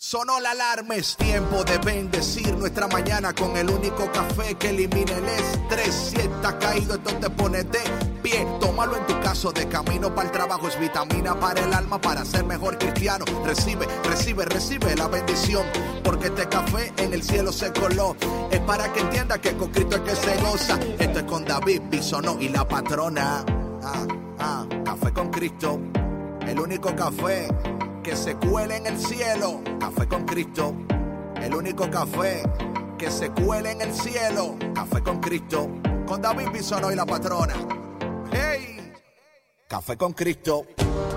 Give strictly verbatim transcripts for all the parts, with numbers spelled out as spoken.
Sonó la alarma, es tiempo de bendecir nuestra mañana con el único café que elimina el estrés. Si estás caído, entonces ponete de pie. Tómalo en tu caso, de camino para el trabajo. Es vitamina para el alma, para ser mejor cristiano. Recibe, recibe, recibe la bendición, porque este café en el cielo se coló. Es para que entiendas que con Cristo es que se goza. Esto es con David Bisonó y la patrona. Ah, ah, café con Cristo, el único café que se cuele en el cielo. Café con Cristo, el único café que se cuele en el cielo. Café con Cristo, con David Bisonó y la patrona. ¡Hey! Café con Cristo.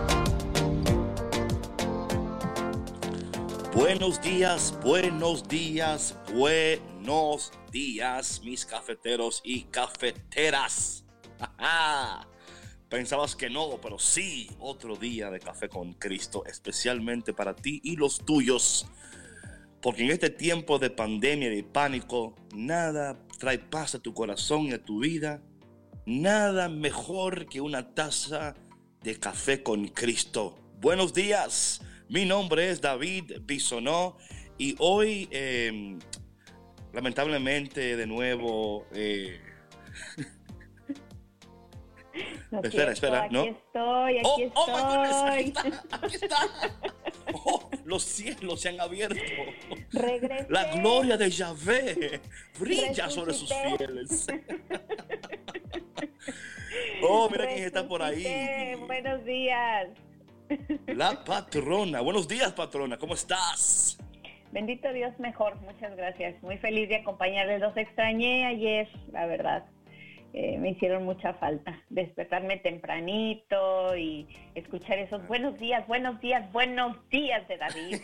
Buenos días, buenos días, buenos días, mis cafeteros y cafeteras. Pensabas que no, pero sí, otro día de Café con Cristo, especialmente para ti y los tuyos. Porque en este tiempo de pandemia y de pánico, nada trae paz a tu corazón y a tu vida. Nada mejor que una taza de Café con Cristo. Buenos días, mi nombre es David Bisonó y hoy, eh, lamentablemente, de nuevo... Eh, No espera, espera, aquí ¿no? Estoy, aquí oh, estoy, oh my goodness, aquí está, aquí está. Oh, los cielos se han abierto. Regresé. La gloria de Yahvé brilla Resucité. sobre sus fieles. Oh, mira quién está por ahí. Resucité. Buenos días. La patrona. Buenos días, patrona. ¿Cómo estás? Bendito Dios, mejor. Muchas gracias. Muy feliz de acompañarles. Los extrañé ayer, la verdad. Eh, me hicieron mucha falta despertarme tempranito y escuchar esos buenos días, buenos días, buenos días de David.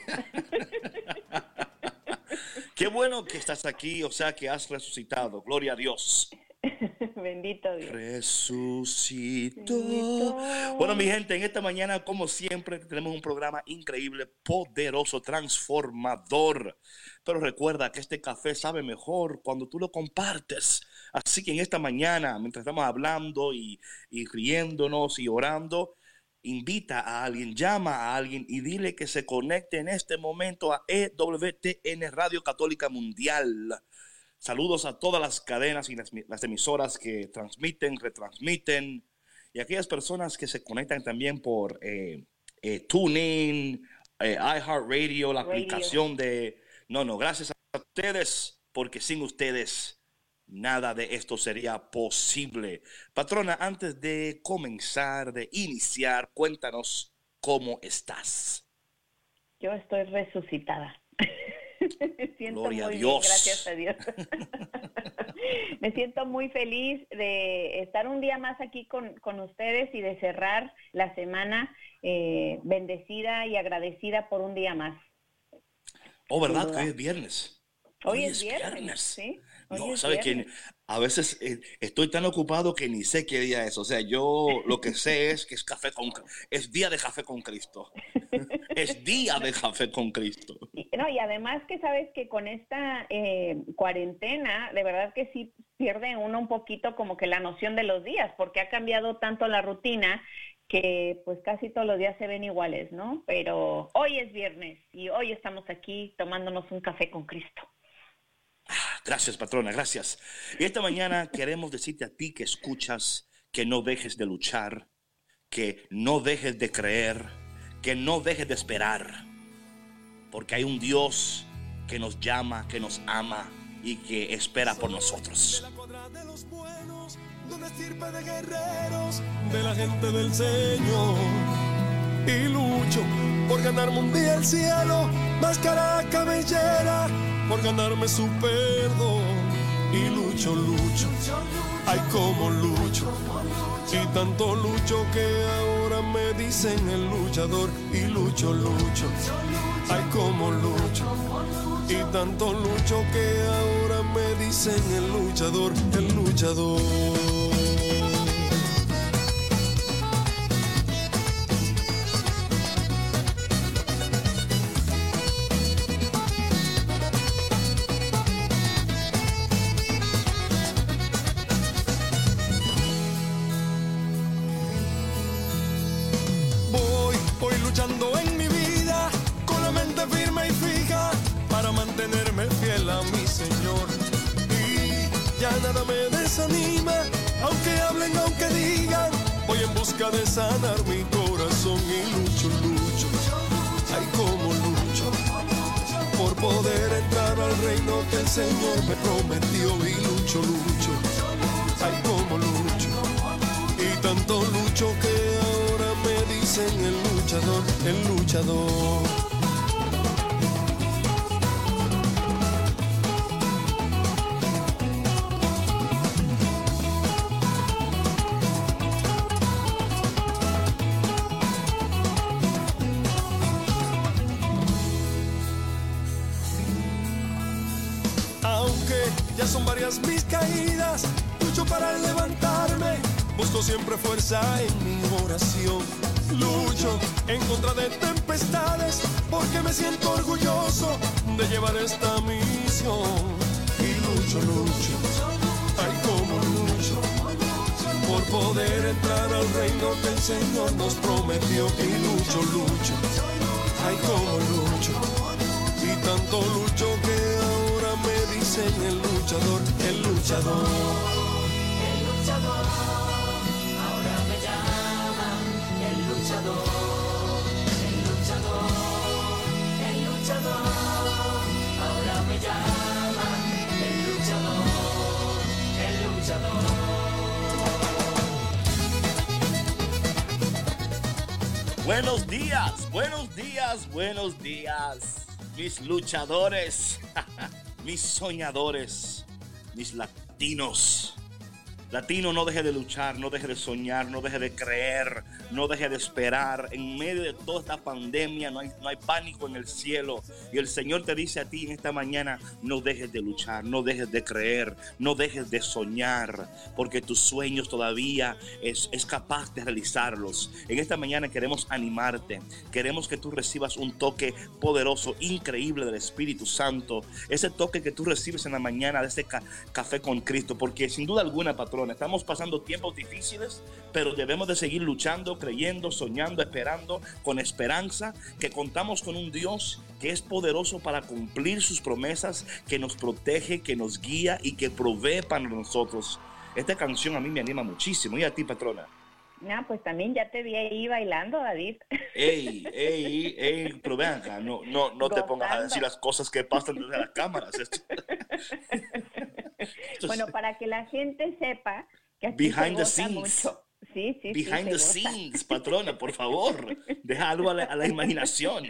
Qué bueno que estás aquí, o sea que has resucitado. Gloria a Dios. Bendito Dios. Resucitó. Bendito. Bueno, mi gente, en esta mañana, como siempre, tenemos un programa increíble, poderoso, transformador. Pero recuerda que este café sabe mejor cuando tú lo compartes. Así que en esta mañana, mientras estamos hablando y, y riéndonos y orando, invita a alguien, llama a alguien y dile que se conecte en este momento a E W T N Radio Católica Mundial. Saludos a todas las cadenas y las, las emisoras que transmiten, retransmiten, y aquellas personas que se conectan también por eh, eh, TuneIn, eh, iHeartRadio, la Radio. aplicación de... No, no, gracias a ustedes, porque sin ustedes nada de esto sería posible. Patrona, antes de comenzar, de iniciar, cuéntanos cómo estás. Yo estoy resucitada. Me siento Gloria muy a Dios. bien, gracias a Dios. Me siento muy feliz de estar un día más aquí con, con ustedes y de cerrar la semana eh, bendecida y agradecida por un día más. Oh, ¿verdad? Sin duda. Que hoy es viernes. Hoy, Hoy es es viernes, viernes. ¿sí? Hoy No, es ¿sabe viernes. que a veces eh, estoy tan ocupado que ni sé qué día es? O sea, yo lo que sé es que es café con es día de Café con Cristo. Es día de Café con Cristo. Y, no, y además que sabes que con esta eh, cuarentena, de verdad que sí pierde uno un poquito como que la noción de los días, porque ha cambiado tanto la rutina que pues casi todos los días se ven iguales, ¿no? Pero hoy es viernes y hoy estamos aquí tomándonos un café con Cristo. Gracias, patrona, gracias. Y esta mañana queremos decirte a ti que escuchas que no dejes de luchar, que no dejes de creer, que no dejes de esperar, porque hay un Dios que nos llama, que nos ama y que espera por nosotros. De una estirpe de guerreros, de la gente del Señor, y lucho por ganarme un día el cielo, máscara cabellera, por ganarme su perdón. Y lucho, lucho, ay como lucho, y tanto lucho que ahora me dicen el luchador. Y lucho, lucho, ay como lucho, y tanto lucho que ahora me dicen el luchador, el luchador. Voy, voy luchando en mi vida con la mente firme y firme. ya nada me desanima. Aunque hablen, aunque digan, voy en busca de sanar mi corazón y lucho, lucho, ay como lucho, por poder entrar al reino que el Señor me prometió. Y lucho, lucho, ay como lucho, y tanto lucho que ahora me dicen el luchador, el luchador. Ya son varias mis caídas, lucho para levantarme, busco siempre fuerza en mi oración. Lucho en contra de tempestades, porque me siento orgulloso de llevar esta misión. Y lucho, lucho, ay como lucho, por poder entrar al reino que el Señor nos prometió. Y lucho, lucho, ay como lucho, y tanto lucho que ahora me dicen el luchador, el luchador. El luchador, ahora me llaman el luchador. El luchador, el luchador, ahora me llaman el luchador. El luchador. Buenos días, buenos días, buenos días, mis luchadores. Mis soñadores, mis latinos. Latino, no deje de luchar, no deje de soñar, no deje de creer, no deje de esperar. En medio de toda esta pandemia no hay, no hay pánico en el cielo. Y el Señor te dice a ti en esta mañana, no dejes de luchar, no dejes de creer, no dejes de soñar, porque tus sueños todavía es, es capaz de realizarlos. En esta mañana queremos animarte, queremos que tú recibas un toque poderoso, increíble del Espíritu Santo. Ese toque que tú recibes en la mañana de este ca- café con Cristo, porque sin duda alguna, patrón, estamos pasando tiempos difíciles, pero debemos de seguir luchando, creyendo, soñando, esperando, con esperanza, que contamos con un Dios que es poderoso para cumplir sus promesas, que nos protege, que nos guía y que provee para nosotros. Esta canción a mí me anima muchísimo. ¿Y a ti, patrona? No, pues también ya te vi ahí bailando, David. Ey, ey, ey, pero ven acá, no, no, no te pongas a decir las cosas que pasan desde las cámaras. Esto, esto Bueno, para que la gente sepa que aquí behind the se goza scenes. mucho. Sí, sí, Behind sí, the se goza. scenes, patrona, por favor. Deja algo a la, a la imaginación.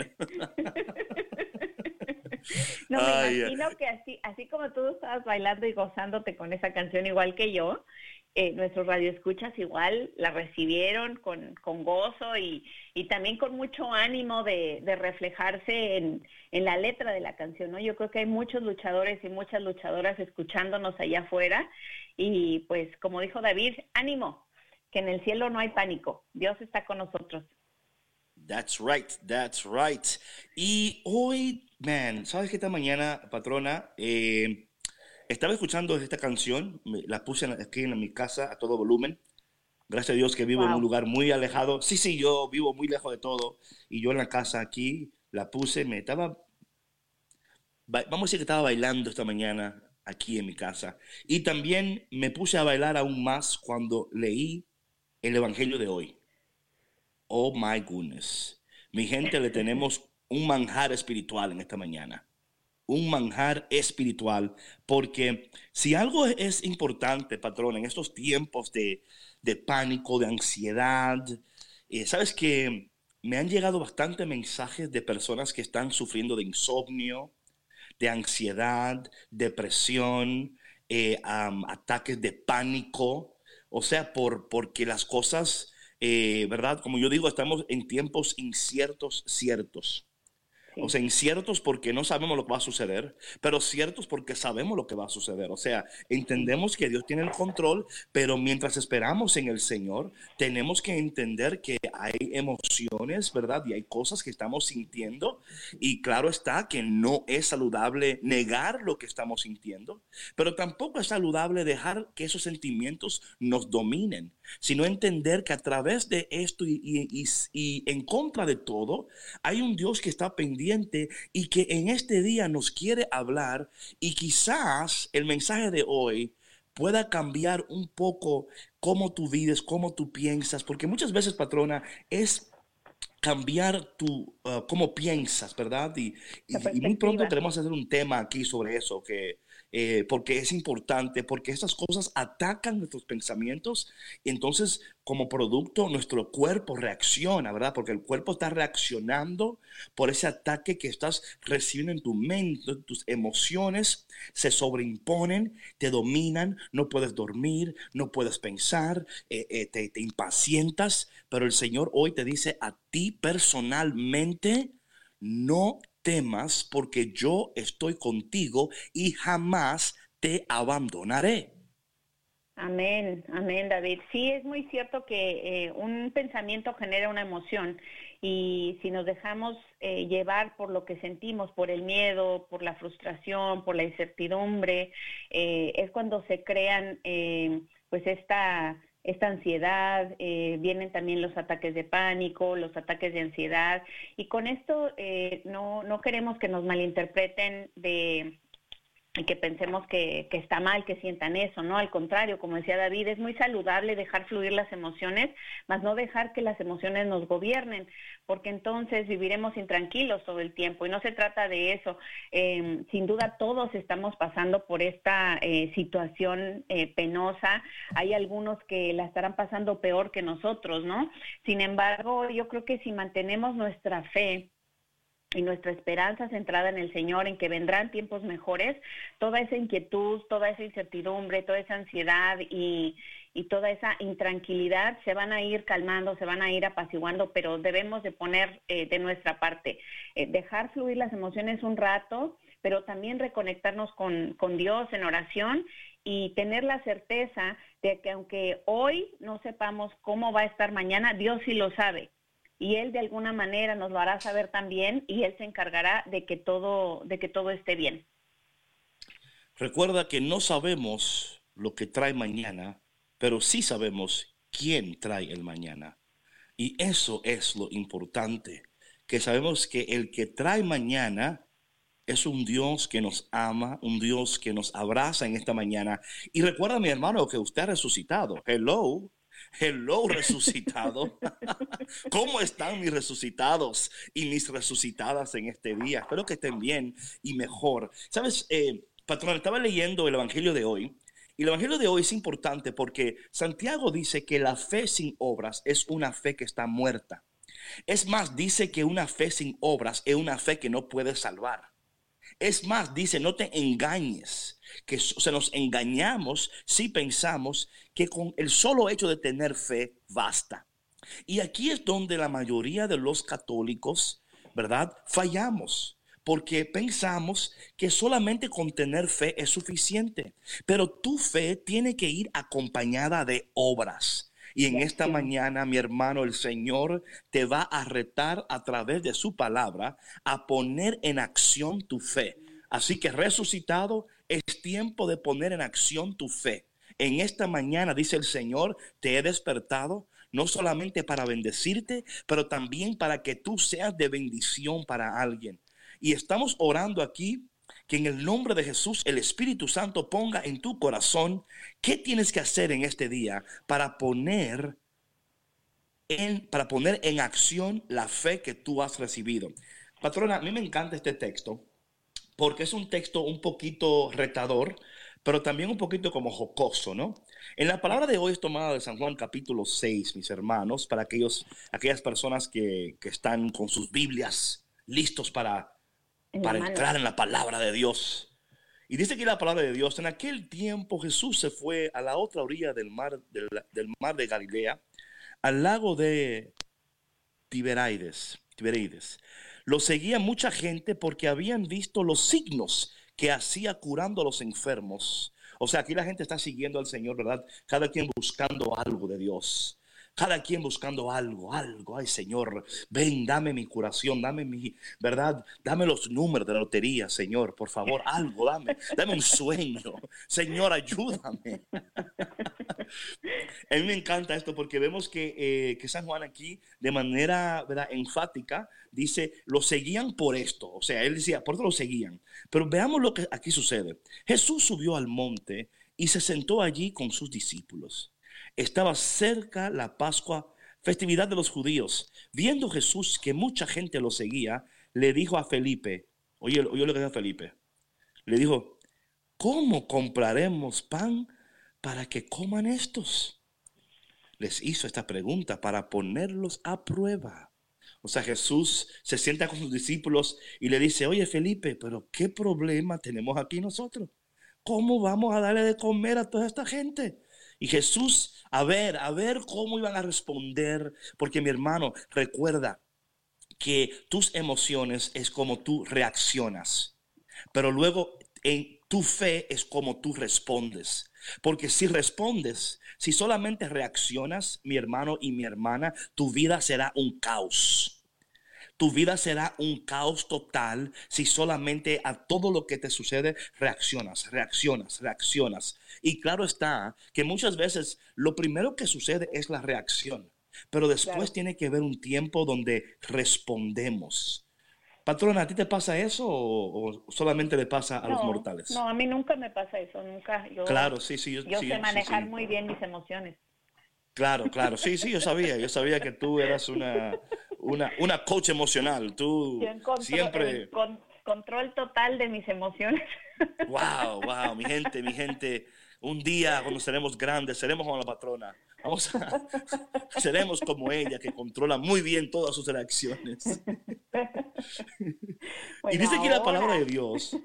No, me Ay, imagino que así, así como tú estabas bailando y gozándote con esa canción igual que yo, eh, nuestros radioescuchas igual la recibieron con, con gozo y, y también con mucho ánimo de, de reflejarse en, en la letra de la canción, ¿no? Yo creo que hay muchos luchadores y muchas luchadoras escuchándonos allá afuera y pues como dijo David, ánimo, que en el cielo no hay pánico, Dios está con nosotros. That's right, that's right. Y hoy, man, ¿sabes qué? Esta mañana, patrona, eh, estaba escuchando esta canción, me- la puse en- aquí en mi casa a todo volumen. Gracias a Dios que vivo en Wow. un lugar muy alejado. Sí, sí, yo vivo muy lejos de todo. Y yo en la casa aquí la puse, me estaba, ba- vamos a decir que estaba bailando esta mañana aquí en mi casa. Y también me puse a bailar aún más cuando leí el Evangelio de hoy. Oh my goodness. Mi gente, le tenemos un manjar espiritual en esta mañana. Un manjar espiritual. Porque si algo es importante, patrón, en estos tiempos de, de pánico, de ansiedad, eh, sabes que me han llegado bastantes mensajes de personas que están sufriendo de insomnio, de ansiedad, depresión, eh, am, ataques de pánico. O sea, por, porque las cosas, eh, ¿verdad? Como yo digo, estamos en tiempos inciertos, ciertos. Sí. O sea, inciertos porque no sabemos lo que va a suceder, pero ciertos porque sabemos lo que va a suceder. O sea, entendemos que Dios tiene el control, pero mientras esperamos en el Señor, tenemos que entender que hay emociones, ¿verdad? Y hay cosas que estamos sintiendo. Y claro está que no es saludable negar lo que estamos sintiendo, pero tampoco es saludable dejar que esos sentimientos nos dominen, sino entender que a través de esto y, y, y, y en contra de todo, hay un Dios que está pendiente y que en este día nos quiere hablar, y quizás el mensaje de hoy pueda cambiar un poco cómo tú vives, cómo tú piensas, porque muchas veces, patrona, es cambiar tu, uh, cómo piensas, ¿verdad? Y, y, y muy pronto queremos hacer un tema aquí sobre eso, que, eh, porque es importante, porque estas cosas atacan nuestros pensamientos y entonces como producto nuestro cuerpo reacciona, ¿verdad? Porque el cuerpo está reaccionando por ese ataque que estás recibiendo en tu mente, tus emociones se sobreimponen, te dominan, no puedes dormir, no puedes pensar, eh, eh, te, te impacientas, pero el Señor hoy te dice a ti personalmente, no temas porque yo estoy contigo y jamás te abandonaré. Amén, amén, David. Sí, es muy cierto que eh, un pensamiento genera una emoción y si nos dejamos eh, llevar por lo que sentimos, por el miedo, por la frustración, por la incertidumbre, eh, es cuando se crean eh, pues esta... esta ansiedad, eh, vienen también los ataques de pánico, los ataques de ansiedad, y con esto eh, no, no queremos que nos malinterpreten de que pensemos que, que está mal que sientan eso, ¿no? Al contrario, como decía David, es muy saludable dejar fluir las emociones, mas no dejar que las emociones nos gobiernen, porque entonces viviremos intranquilos todo el tiempo, y no se trata de eso. Eh, sin duda todos estamos pasando por esta eh, situación eh, penosa, hay algunos que la estarán pasando peor que nosotros, ¿no? Sin embargo, yo creo que si mantenemos nuestra fe y nuestra esperanza centrada en el Señor, en que vendrán tiempos mejores, toda esa inquietud, toda esa incertidumbre, toda esa ansiedad y, y toda esa intranquilidad se van a ir calmando, se van a ir apaciguando, pero debemos de poner eh, de nuestra parte, eh, dejar fluir las emociones un rato, pero también reconectarnos con, con Dios en oración y tener la certeza de que aunque hoy no sepamos cómo va a estar mañana, Dios sí lo sabe. Y Él de alguna manera nos lo hará saber también y Él se encargará de que todo, de que todo esté bien. Recuerda que no sabemos lo que trae mañana, pero sí sabemos quién trae el mañana. Y eso es lo importante, que sabemos que el que trae mañana es un Dios que nos ama, un Dios que nos abraza en esta mañana. Y recuerda, mi hermano, que usted ha resucitado. Hello. Hello, resucitado. ¿Cómo están mis resucitados y mis resucitadas en este día? Espero que estén bien y mejor. Sabes, eh, patrón, estaba leyendo el Evangelio de hoy y el Evangelio de hoy es importante porque Santiago dice que la fe sin obras es una fe que está muerta. Es más, dice que una fe sin obras es una fe que no puede salvar. Es más, dice, no te engañes, que se nos engañamos si pensamos que con el solo hecho de tener fe basta. Y aquí es donde la mayoría de los católicos, ¿verdad?, fallamos, porque pensamos que solamente con tener fe es suficiente, pero tu fe tiene que ir acompañada de obras. Y en esta mañana, mi hermano, el Señor te va a retar a través de su palabra a poner en acción tu fe. Así que resucitado, es tiempo de poner en acción tu fe. En esta mañana, dice el Señor, te he despertado, no solamente para bendecirte, pero también para que tú seas de bendición para alguien. Y estamos orando aquí que en el nombre de Jesús el Espíritu Santo ponga en tu corazón qué tienes que hacer en este día para poner en, para poner en acción la fe que tú has recibido. Patrona, a mí me encanta este texto porque es un texto un poquito retador, pero también un poquito como jocoso, ¿no? En la palabra de hoy es tomada de San Juan capítulo seis, mis hermanos, para aquellos, aquellas personas que, que están con sus Biblias listos para para entrar en la palabra de Dios. Y dice aquí la palabra de Dios: en aquel tiempo Jesús se fue a la otra orilla del mar, del, del mar de Galilea, al lago de Tiberíades. Tiberíades. Lo seguía mucha gente porque habían visto los signos que hacía curando a los enfermos. O sea, aquí la gente está siguiendo al Señor, ¿verdad? Cada quien buscando algo de Dios. Cada quien buscando algo, algo. Ay, Señor, ven, dame mi curación, dame mi, ¿verdad? Dame los números de la lotería, Señor, por favor, algo, dame. Dame un sueño. Señor, ayúdame. A mí me encanta esto porque vemos que, eh, que San Juan aquí, de manera, ¿verdad?, enfática, dice, lo seguían por esto. O sea, él decía, por eso lo seguían. Pero veamos lo que aquí sucede. Jesús subió al monte y se sentó allí con sus discípulos. Estaba cerca la Pascua, festividad de los judíos. Viendo Jesús que mucha gente lo seguía, le dijo a Felipe, oye, oye lo que dijo a Felipe, le dijo, ¿cómo compraremos pan para que coman estos? Les hizo esta pregunta para ponerlos a prueba. O sea, Jesús se sienta con sus discípulos y le dice, oye Felipe, pero ¿qué problema tenemos aquí nosotros? ¿Cómo vamos a darle de comer a toda esta gente? Y Jesús, a ver, a ver cómo iban a responder, porque mi hermano, recuerda que tus emociones es como tú reaccionas, pero luego en tu fe es como tú respondes. Porque si respondes, si solamente reaccionas, mi hermano y mi hermana, tu vida será un caos. Tu vida será un caos total si solamente a todo lo que te sucede reaccionas, reaccionas, reaccionas. Y claro está que muchas veces lo primero que sucede es la reacción, pero después claro, tiene que haber un tiempo donde respondemos. Patrona, ¿a ti te pasa eso o, o solamente le pasa a no, los mortales? No, a mí nunca me pasa eso, nunca. Yo, claro, sí, sí. Yo, yo sí, sé manejar sí, sí. muy bien mis emociones. Claro, claro. Sí, sí, yo sabía. Yo sabía que tú eras una, una, una coach emocional. Tú control, siempre... Con, control total de mis emociones. Wow, wow, mi gente, mi gente. Un día cuando seremos grandes, seremos como la patrona. Vamos a, seremos como ella, que controla muy bien todas sus reacciones. Bueno, y dice aquí ahora la palabra de Dios.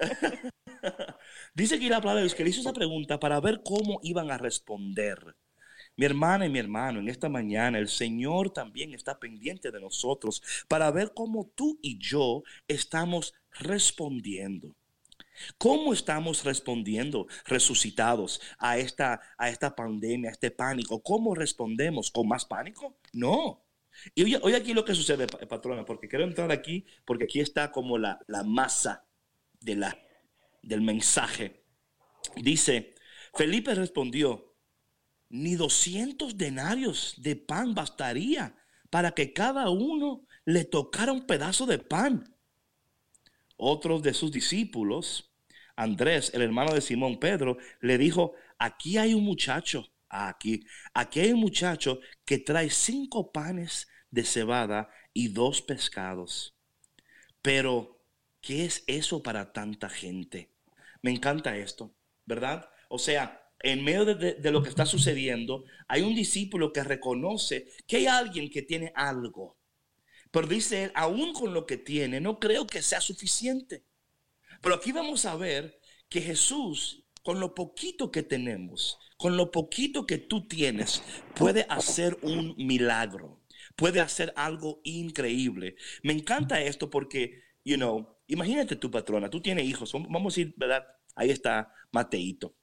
Dice aquí la palabra de Dios que le hizo esa pregunta para ver cómo iban a responder. Mi hermana y mi hermano, en esta mañana el Señor también está pendiente de nosotros para ver cómo tú y yo estamos respondiendo. ¿Cómo estamos respondiendo resucitados a esta, a esta pandemia, a este pánico? ¿Cómo respondemos? ¿Con más pánico? No. Y hoy, hoy aquí lo que sucede, patrona, porque quiero entrar aquí, porque aquí está como la, la masa de la, del mensaje. Dice, Felipe respondió, ni doscientos denarios de pan bastaría para que cada uno le tocara un pedazo de pan. Otros de sus discípulos, Andrés, el hermano de Simón Pedro, le dijo, aquí hay un muchacho, aquí, aquí hay un muchacho que trae cinco panes de cebada y dos pescados. Pero, ¿qué es eso para tanta gente? Me encanta esto, ¿verdad? O sea, en medio de, de, de lo que está sucediendo, hay un discípulo que reconoce que hay alguien que tiene algo. Pero dice él, aún con lo que tiene, no creo que sea suficiente. Pero aquí vamos a ver que Jesús, con lo poquito que tenemos, con lo poquito que tú tienes, puede hacer un milagro. Puede hacer algo increíble. Me encanta esto porque, you know, imagínate tu patrona, tú tienes hijos. Vamos a ir, ¿verdad? Ahí está Mateito.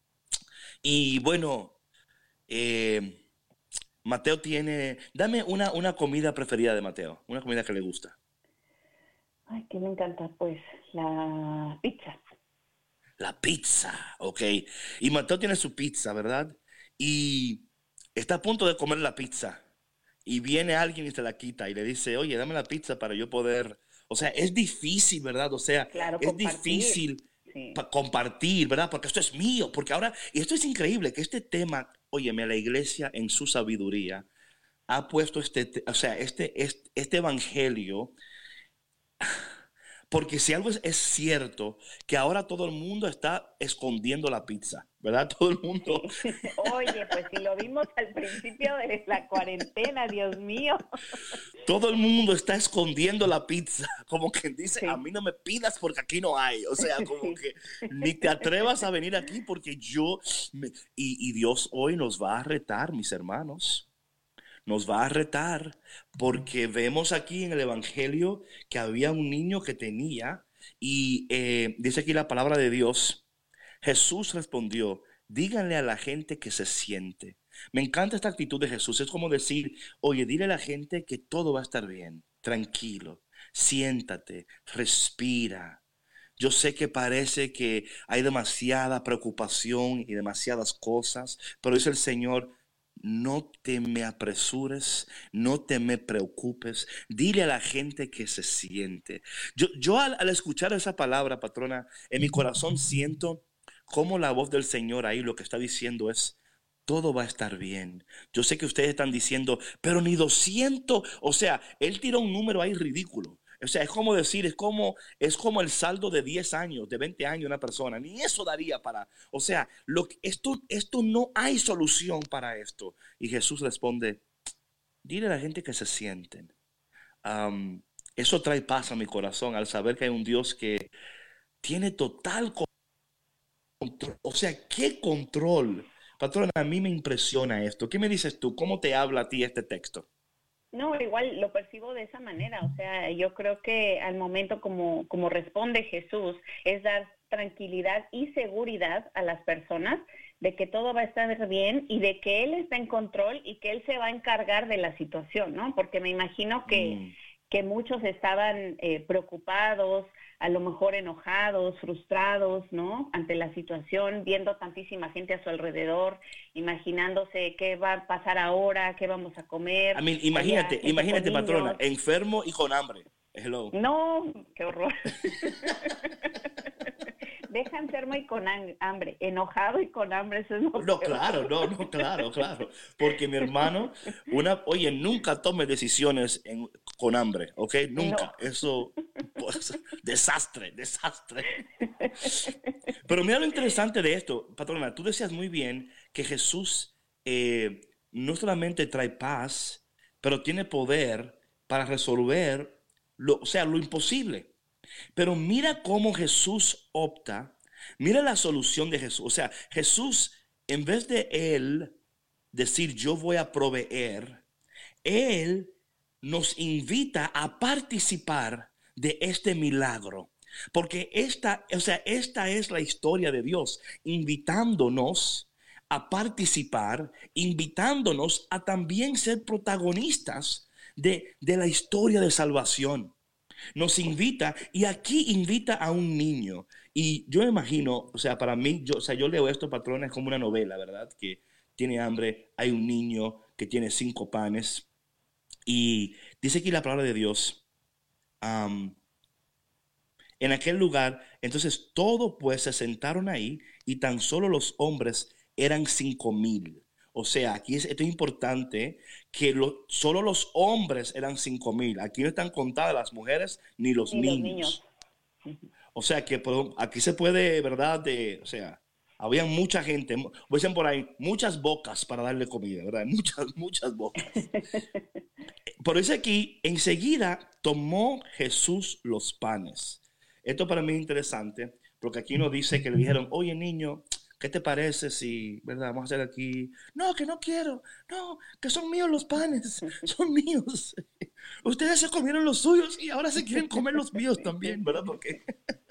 Y bueno, eh... Mateo tiene... Dame una, una comida preferida de Mateo. Una comida que le gusta. Ay, que me encanta, pues, la pizza. La pizza, ok. Y Mateo tiene su pizza, ¿verdad? Y está a punto de comer la pizza. Y viene alguien y se la quita y le dice, oye, dame la pizza para yo poder... O sea, es difícil, ¿verdad? O sea, claro, es compartir. difícil sí. compartir, ¿verdad? Porque esto es mío. Porque ahora... Y esto es increíble, que este tema... Óyeme, la iglesia en su sabiduría ha puesto este, o sea, este, este, este evangelio, porque si algo es, es cierto, que ahora todo el mundo está escondiendo la pizza, ¿verdad? Todo el mundo. Oye, pues si lo vimos al principio de la cuarentena, Dios mío. Todo el mundo está escondiendo la pizza, como que dice, sí. a mí no me pidas porque aquí no hay, o sea, como sí. que ni te atrevas a venir aquí porque yo, me... y, y Dios hoy nos va a retar, mis hermanos, nos va a retar porque vemos aquí en el evangelio que había un niño que tenía y eh, dice aquí la palabra de Dios, Jesús respondió, díganle a la gente que se siente. Me encanta esta actitud de Jesús. Es como decir, oye, dile a la gente que todo va a estar bien. Tranquilo, siéntate, respira. Yo sé que parece que hay demasiada preocupación y demasiadas cosas, pero dice el Señor, no te me apresures, no te me preocupes. Dile a la gente que se siente. Yo, yo al, al escuchar esa palabra, patrona, en mi corazón siento cómo la voz del Señor ahí lo que está diciendo es, todo va a estar bien. Yo sé que ustedes están diciendo, pero ni doscientos, o sea, él tira un número ahí ridículo. O sea, es como decir, es como, es como el saldo de diez años, de veinte años de una persona. Ni eso daría para, o sea, lo, esto, esto no hay solución para esto. Y Jesús responde, dile a la gente que se sienten. Um, eso trae paz a mi corazón al saber que hay un Dios que tiene total control. O sea, ¿qué control? Patrona, a mí me impresiona esto. ¿Qué me dices tú? ¿Cómo te habla a ti este texto? No, igual lo percibo de esa manera. O sea, yo creo que al momento como, como responde Jesús es dar tranquilidad y seguridad a las personas de que todo va a estar bien y de que Él está en control y que Él se va a encargar de la situación, ¿no? Porque me imagino que, mm. que muchos estaban eh, preocupados, a lo mejor enojados, frustrados, ¿no? Ante la situación, viendo tantísima gente a su alrededor, imaginándose qué va a pasar ahora, qué vamos a comer. I mean, imagínate, imagínate, patrona, enfermo y con hambre. Hello. No, qué horror. Deja enfermo y con hambre, enojado y con hambre, eso es lo No, peor. claro, no, no, claro, claro. Porque mi hermano, una, oye, nunca tome decisiones en, con hambre, ¿ok? Nunca. No. Eso, pues, desastre, desastre. Pero mira lo interesante de esto, patrona, tú decías muy bien que Jesús eh, no solamente trae paz, pero tiene poder para resolver, lo, o sea, lo imposible. Pero mira cómo Jesús opta, mira la solución de Jesús. O sea, Jesús, en vez de él decir yo voy a proveer, él nos invita a participar de este milagro. Porque esta, o sea, esta es la historia de Dios, invitándonos a participar, invitándonos a también ser protagonistas de, de la historia de salvación. Nos invita, y aquí invita a un niño. Y yo me imagino, o sea, para mí, yo, o sea, yo leo esto, patrona, es como una novela, ¿verdad? Que tiene hambre, hay un niño que tiene cinco panes. Y dice aquí la palabra de Dios, um, en aquel lugar, entonces todos pues se sentaron ahí y tan solo los hombres eran cinco mil. O sea, aquí es, esto es importante, que lo, solo los hombres eran cinco mil. Aquí no están contadas las mujeres ni los, ni niños. los niños. O sea, que aquí se puede, ¿verdad? De, o sea, había mucha gente, dicen por ahí, muchas bocas para darle comida, ¿verdad? Muchas, muchas bocas. Por eso aquí, enseguida tomó Jesús los panes. Esto para mí es interesante, porque aquí nos dice que le dijeron, oye niño, ¿qué te parece si, verdad, vamos a hacer aquí? No, que no quiero. No, que son míos los panes. Son míos. Ustedes se comieron los suyos y ahora se quieren comer los míos también, ¿verdad? Porque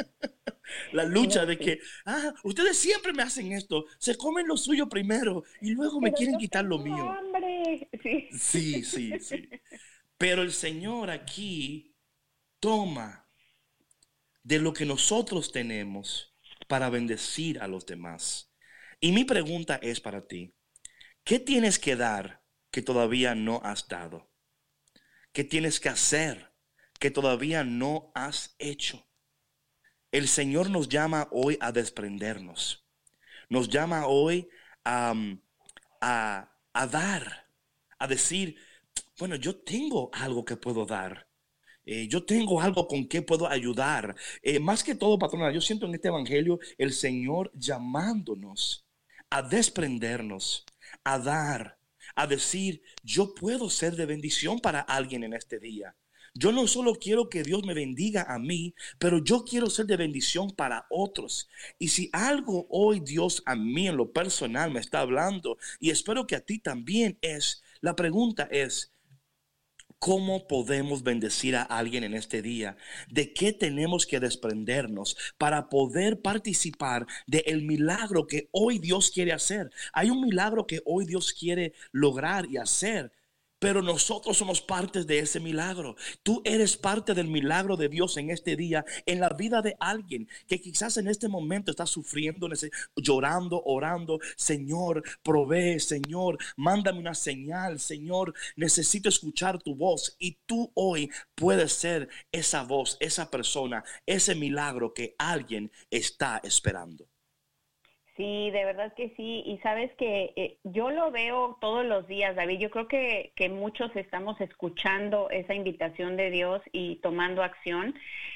la lucha de que, ah, ustedes siempre me hacen esto. Se comen lo suyo primero y luego me Pero quieren yo quitar lo tengo mío. hambre. Sí. Sí, sí, sí. Pero el Señor aquí toma de lo que nosotros tenemos para bendecir a los demás. Y mi pregunta es para ti, ¿qué tienes que dar que todavía no has dado? ¿Qué tienes que hacer que todavía no has hecho? El Señor nos llama hoy a desprendernos. Nos llama hoy a, a, a dar, a decir, bueno, yo tengo algo que puedo dar. Eh, yo tengo algo con que puedo ayudar. Eh, más que todo, patrona, yo siento en este evangelio el Señor llamándonos a desprendernos, a dar, a decir, yo puedo ser de bendición para alguien en este día. Yo no solo quiero que Dios me bendiga a mí, pero yo quiero ser de bendición para otros. Y si algo hoy Dios a mí en lo personal me está hablando, y espero que a ti también es, la pregunta es, ¿cómo podemos bendecir a alguien en este día? ¿De qué tenemos que desprendernos para poder participar del milagro que hoy Dios quiere hacer? Hay un milagro que hoy Dios quiere lograr y hacer, pero nosotros somos partes de ese milagro. Tú eres parte del milagro de Dios en este día, en la vida de alguien que quizás en este momento está sufriendo, llorando, orando. Señor, provee, Señor, mándame una señal, Señor, necesito escuchar tu voz. Y tú hoy puedes ser esa voz, esa persona, ese milagro que alguien está esperando. Sí, de verdad que sí. Y sabes que eh, yo lo veo todos los días, David. Yo creo que, que muchos estamos escuchando esa invitación de Dios y tomando acción.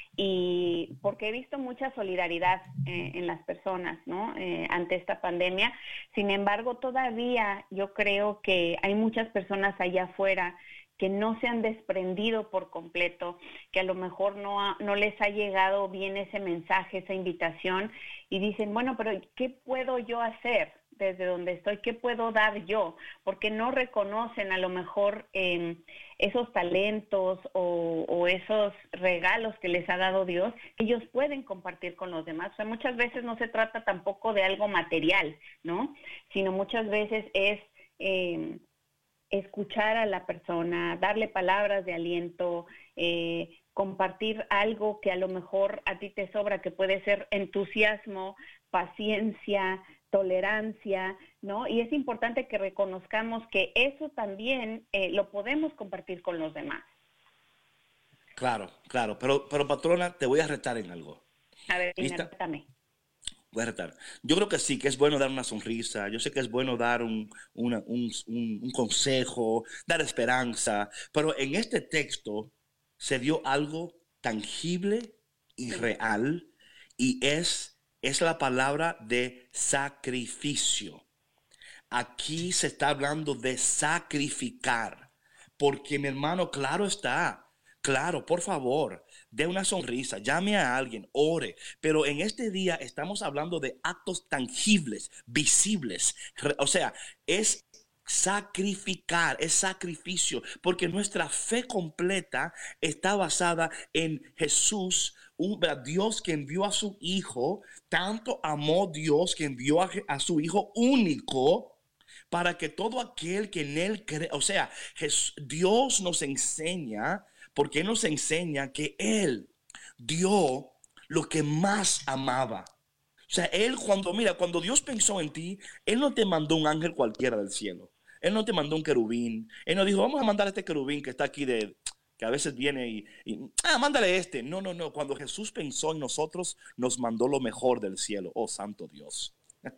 Y porque he visto mucha solidaridad eh, en las personas, ¿no? Eh, ante esta pandemia. Sin embargo, todavía yo creo que hay muchas personas allá afuera que no se han desprendido por completo, que a lo mejor no, ha, no les ha llegado bien ese mensaje, esa invitación, y dicen, bueno, pero ¿qué puedo yo hacer desde donde estoy? ¿Qué puedo dar yo? Porque no reconocen a lo mejor eh, esos talentos o, o esos regalos que les ha dado Dios, ellos pueden compartir con los demás. O sea, muchas veces no se trata tampoco de algo material, ¿no? Sino muchas veces es Eh, escuchar a la persona, darle palabras de aliento, eh, compartir algo que a lo mejor a ti te sobra, que puede ser entusiasmo, paciencia, tolerancia, ¿no? Y es importante que reconozcamos que eso también eh, lo podemos compartir con los demás. Claro, claro, pero, pero patrona, te voy a retar en algo. A ver, ¿Lista? rétame. Voy a retar. Yo creo que sí, que es bueno dar una sonrisa. Yo sé que es bueno dar un, una, un, un, un consejo, dar esperanza. Pero en este texto se dio algo tangible y real, y es, es la palabra de sacrificio. Aquí se está hablando de sacrificar. Porque, mi hermano, claro está. Claro, por favor, dé una sonrisa, llame a alguien, ore. Pero en este día estamos hablando de actos tangibles, visibles. O sea, es sacrificar, es sacrificio, porque nuestra fe completa está basada en Jesús, un Dios que envió a su Hijo. Tanto amó Dios que envió a, a su Hijo único, para que todo aquel que en Él cree, o sea, Jesús, Dios nos enseña, porque Él nos enseña que Él dio lo que más amaba. O sea, Él cuando, mira, cuando Dios pensó en ti, Él no te mandó un ángel cualquiera del cielo. Él no te mandó un querubín. Él no dijo, vamos a mandar a este querubín que está aquí, de, que a veces viene y, y, ah, mándale este. No, no, no. Cuando Jesús pensó en nosotros, nos mandó lo mejor del cielo. Oh, santo Dios.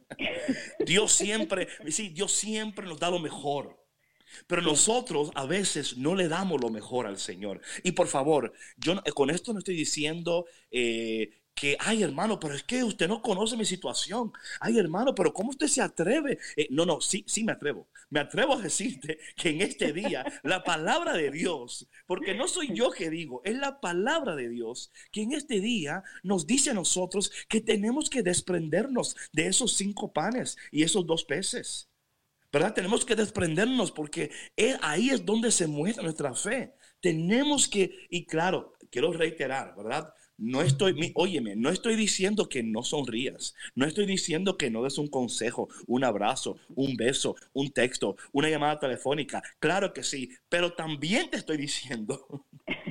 Dios siempre, sí, Dios siempre nos da lo mejor. Pero nosotros a veces no le damos lo mejor al Señor. Y por favor, yo con esto no estoy diciendo eh, que, ay hermano, pero es que usted no conoce mi situación. Ay hermano, pero ¿cómo usted se atreve? Eh, no, no, sí, sí me atrevo. Me atrevo a decirte que en este día la palabra de Dios, porque no soy yo que digo, es la palabra de Dios que en este día nos dice a nosotros que tenemos que desprendernos de esos cinco panes y esos dos peces. ¿Verdad? Tenemos que desprendernos, porque ahí es donde se muestra nuestra fe. Tenemos que, y claro, quiero reiterar, ¿verdad? No estoy, óyeme, no estoy diciendo que no sonrías. No estoy diciendo que no des un consejo, un abrazo, un beso, un texto, una llamada telefónica. Claro que sí, pero también te estoy diciendo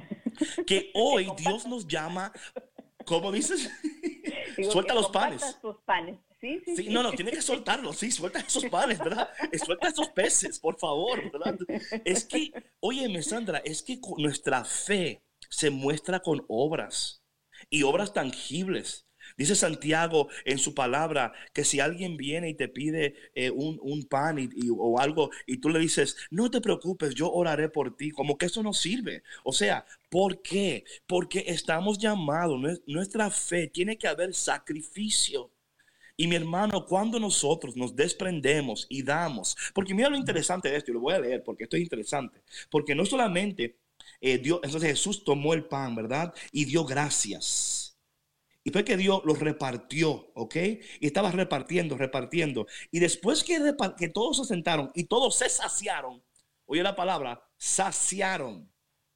que hoy Dios nos llama, ¿cómo dices? Digo, suelta los panes. Tus panes. Sí, sí, sí, sí. no, no, tiene que soltarlos, sí, suelta esos panes, ¿verdad? Suelta esos peces, por favor, ¿verdad? Es que, óyeme, Sandra, es que nuestra fe se muestra con obras y obras tangibles. Dice Santiago en su palabra que si alguien viene y te pide eh, un, un pan y, y, o algo, y tú le dices, no te preocupes, yo oraré por ti, como que eso no sirve. O sea, ¿por qué? Porque estamos llamados, nuestra fe tiene que haber sacrificio. Y mi hermano, cuando nosotros nos desprendemos y damos, porque mira lo interesante de esto, y lo voy a leer porque esto es interesante, porque no solamente eh, Dios, entonces Jesús tomó el pan, ¿verdad? Y dio gracias. Y fue que Dios los repartió, ¿ok? Y estaba repartiendo, repartiendo. Y después que, que todos se sentaron y todos se saciaron, oye la palabra, saciaron.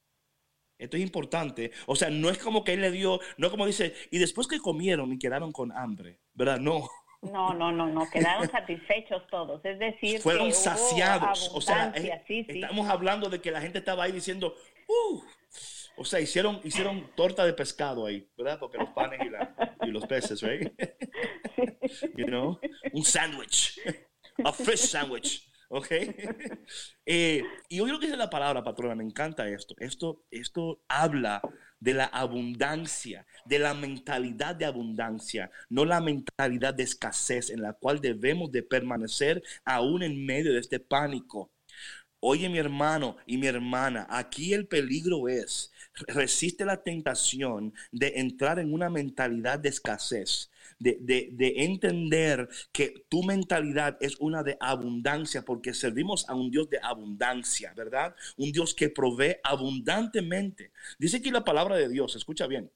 Esto es importante. O sea, no es como que Él le dio, no como dice, y después que comieron y quedaron con hambre, ¿verdad? No. No, no, no, no, quedaron satisfechos todos. Es decir, fueron que saciados. Hubo o sea, es, sí, sí. estamos hablando de que la gente estaba ahí diciendo, uh, o sea, hicieron, hicieron torta de pescado ahí, ¿verdad? Porque los panes y, la, y los peces, right? You know, un sándwich, a fish sandwich. ¿Ok? eh, y hoy lo que dice la palabra, patrona, me encanta esto. Esto, esto habla de la abundancia, de la mentalidad de abundancia, no la mentalidad de escasez en la cual debemos de permanecer aún en medio de este pánico. Oye, mi hermano y mi hermana, aquí el peligro es, resiste la tentación de entrar en una mentalidad de escasez. De, de, de entender que tu mentalidad es una de abundancia, porque servimos a un Dios de abundancia, ¿verdad? Un Dios que provee abundantemente. Dice aquí la palabra de Dios, escucha bien.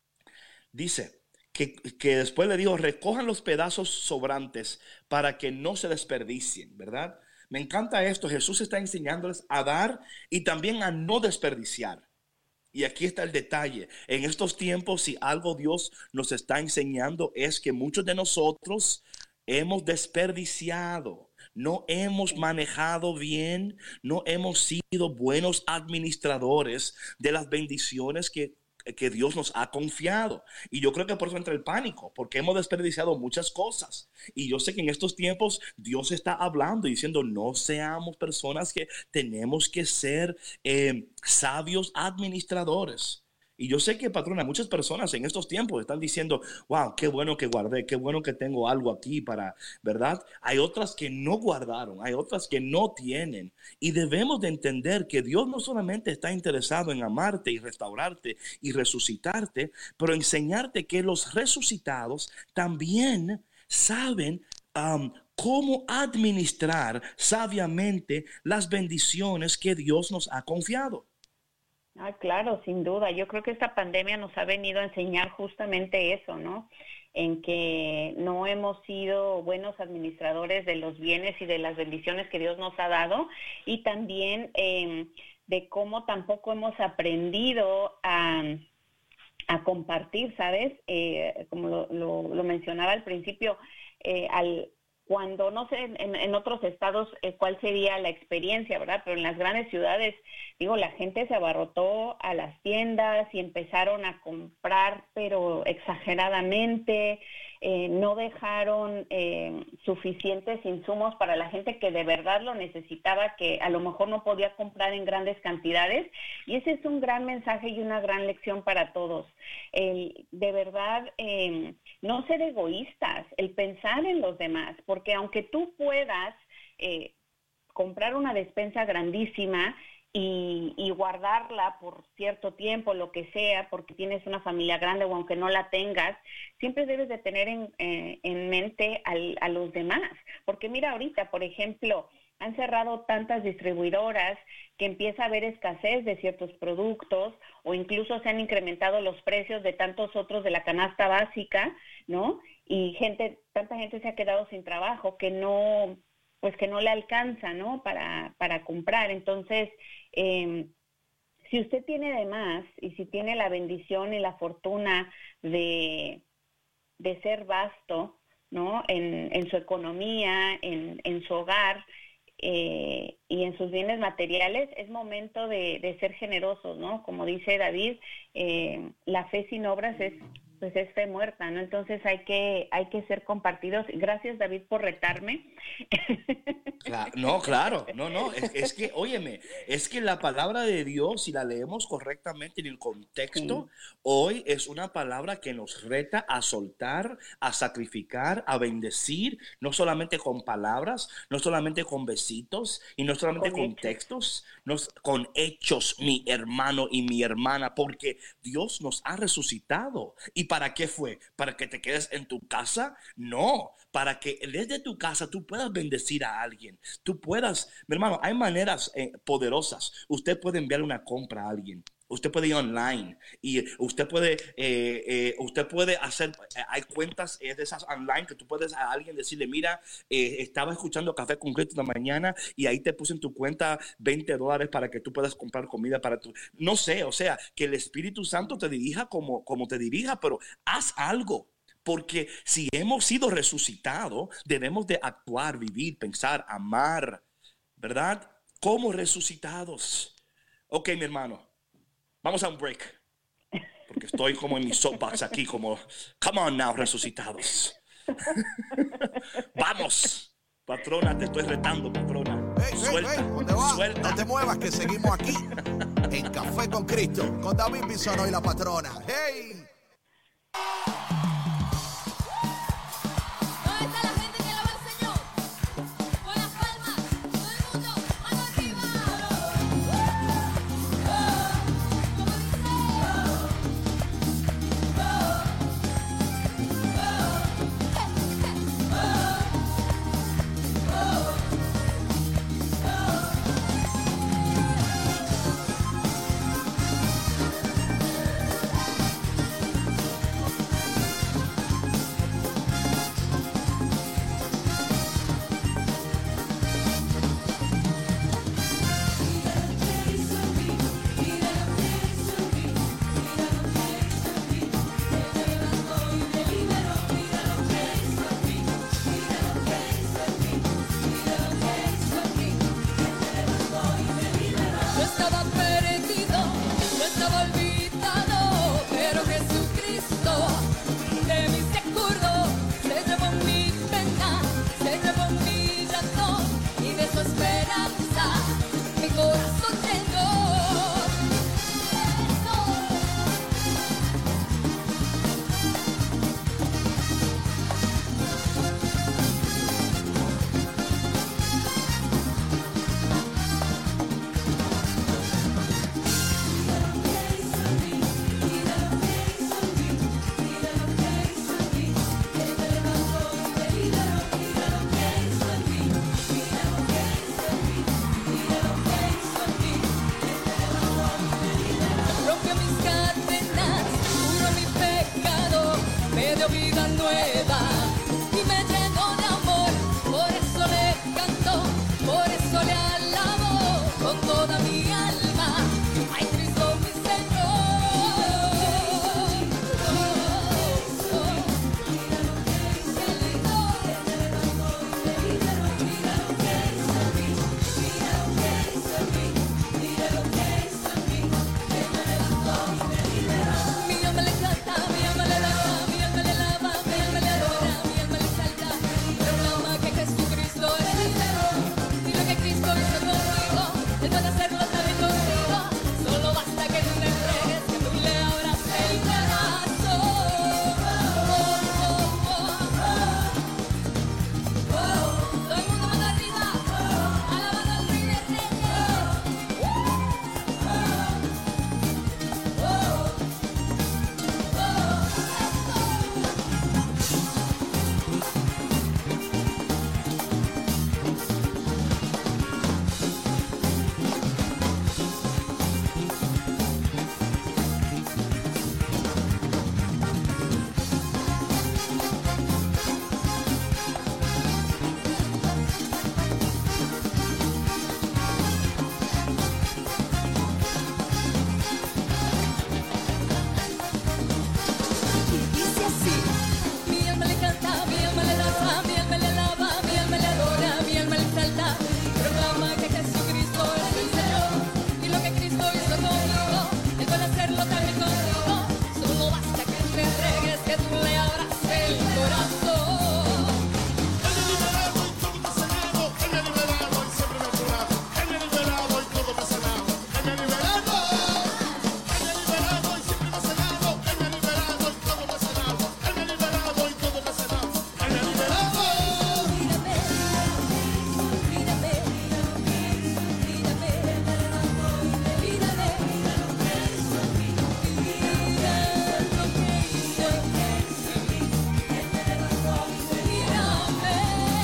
Dice que, que después le dijo, recojan los pedazos sobrantes para que no se desperdicien, ¿verdad? Me encanta esto. Jesús está enseñándoles a dar y también a no desperdiciar. Y aquí está el detalle. En estos tiempos, si algo Dios nos está enseñando es que muchos de nosotros hemos desperdiciado, no hemos manejado bien, no hemos sido buenos administradores de las bendiciones que que Dios nos ha confiado. Y yo creo que por eso entra el pánico, porque hemos desperdiciado muchas cosas. Y yo sé que en estos tiempos Dios está hablando y diciendo, no seamos personas que tenemos que ser eh, sabios administradores. Y yo sé que, patrona, muchas personas en estos tiempos están diciendo, wow, qué bueno que guardé, qué bueno que tengo algo aquí para, ¿verdad? Hay otras que no guardaron, hay otras que no tienen. Y debemos de entender que Dios no solamente está interesado en amarte y restaurarte y resucitarte, pero enseñarte que los resucitados también saben um, cómo administrar sabiamente las bendiciones que Dios nos ha confiado. Ah, claro, sin duda. Yo creo que esta pandemia nos ha venido a enseñar justamente eso, ¿no? En que no hemos sido buenos administradores de los bienes y de las bendiciones que Dios nos ha dado, y también eh, de cómo tampoco hemos aprendido a, a compartir, ¿sabes? Eh, como lo, lo, lo mencionaba al principio, eh, al cuando no sé en, en otros estados eh, cuál sería la experiencia, ¿verdad? Pero en las grandes ciudades, digo, la gente se abarrotó a las tiendas y empezaron a comprar, pero exageradamente, eh, no dejaron eh, suficientes insumos para la gente que de verdad lo necesitaba, que a lo mejor no podía comprar en grandes cantidades. Y ese es un gran mensaje y una gran lección para todos. El, de verdad, eh, no ser egoístas, el pensar en los demás, porque aunque tú puedas eh, comprar una despensa grandísima y, y guardarla por cierto tiempo, lo que sea, porque tienes una familia grande o aunque no la tengas, siempre debes de tener en, eh, en mente al, a los demás. Porque mira ahorita, por ejemplo, han cerrado tantas distribuidoras que empieza a haber escasez de ciertos productos, o incluso se han incrementado los precios de tantos otros de la canasta básica, ¿no? Y gente, tanta gente se ha quedado sin trabajo que no, pues que no le alcanza, ¿no? Para, para comprar. Entonces, eh, si usted tiene de más y si tiene la bendición y la fortuna de, de ser vasto, ¿no? En, en su economía, en, en su hogar, Eh, y en sus bienes materiales, es momento de, de ser generosos, ¿no? Como dice David, eh, la fe sin obras es, pues es fe muerta, ¿no? Entonces hay que, hay que ser compartidos. Gracias, David, por retarme. Claro, no, claro, no, no, es, es que, óyeme, es que la palabra de Dios, si la leemos correctamente en el contexto, sí, hoy es una palabra que nos reta a soltar, a sacrificar, a bendecir, no solamente con palabras, no solamente con besitos, y no solamente con, con textos, no, con hechos, mi hermano y mi hermana, porque Dios nos ha resucitado. ¿Y para qué fue? ¿Para que te quedes en tu casa? No, para que desde tu casa tú puedas bendecir a alguien. Tú puedas, mi hermano, hay maneras eh, poderosas. Usted puede enviar una compra a alguien. Usted puede ir online y usted puede, eh, eh, usted puede hacer, eh, hay cuentas eh, de esas online que tú puedes a alguien decirle, mira, eh, estaba escuchando Café con Cristo esta mañana y ahí te puse en tu cuenta veinte dólares para que tú puedas comprar comida para tu, no sé, o sea, que el Espíritu Santo te dirija como, como te dirija, pero haz algo. Porque si hemos sido resucitados, debemos de actuar, vivir, pensar, amar, ¿verdad? Como resucitados. Ok, mi hermano. Vamos a un break, porque estoy como en mi soapbox aquí, como, come on now, resucitados. Vamos, patrona, te estoy retando, patrona. Hey, suelta, hey, hey, ¿dónde vas? suelta. No te muevas, que seguimos aquí, en Café con Cristo, con David Bisonó y la patrona. ¡Hey! ¿Dónde está la gente que alaba al Señor? Con las palmas, todo el mundo, mano arriba. Como yo estaba perdido, yo estaba olvidado, pero Jesucristo de mí se acordó, se llevó mi pena, se llevó mi llanto y de su esperanza mi corazón llenó. Rompió mis cadenas, curó mi pecado, me dio vida nueva y me llenó de amor. Por eso le canto, por eso le alabo con toda mi alma. Ay, Cristo mi Señor. Mi alma le canta, mi alma le alaba, mi alma le alaba, mi alma le adora, mi alma le exalta. Proclama que Jesucristo es el Señor y lo que Cristo hizo conmigo, Él puede hacerlo también contigo. Solo basta que tú le entregues, que tú le abras el corazón. Todo el mundo mano arriba, alabando al Rey de Reyes. Dice así: mi alma le canta, mi alma le danza, mi alma le alaba, mi alma le adora, mi alma le exalta. Proclama que Jesucristo es el Señor y lo que Cristo hizo conmigo, Él puede hacerlo también contigo. Solo basta que te entregues, que tú le abras el corazón. Él me ha liberado y todo me ha sanado. Él me ha liberado y siempre me ha curado. Él me ha liberado y todo me ha sanado. Él me ha liberado. Él me ha liberado y siempre me ha sanado. Él me ha liberado y todo me ha sanado. Él me ha liberado y todo me ha sanado. Él me ha liberado. Mírame, mírame, mírame, mírame, mira lo que hizo en mí, mira lo que hizo en mí, Él me levantó y me mírame.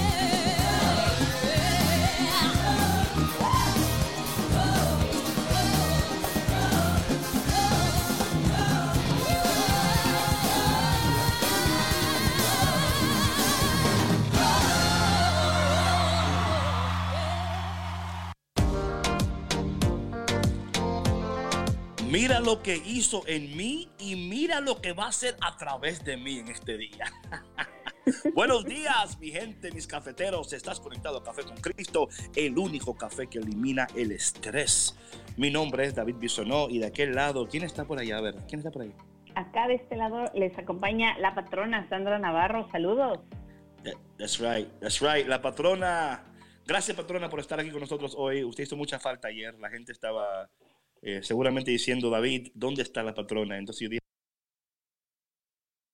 Mira lo que hizo en mí y mira lo que va a hacer a través de mí en este día. Buenos días, mi gente, mis cafeteros. Estás conectado a Café con Cristo, el único café que elimina el estrés. Mi nombre es David Bisonó y de aquel lado, ¿quién está por allá? A ver, ¿quién está por ahí? Acá de este lado les acompaña la patrona Sandra Navarro. Saludos. That's right, that's right. La patrona. Gracias, patrona, por estar aquí con nosotros hoy. Usted hizo mucha falta ayer. La gente estaba eh, seguramente diciendo, David, ¿dónde está la patrona? Entonces yo dije,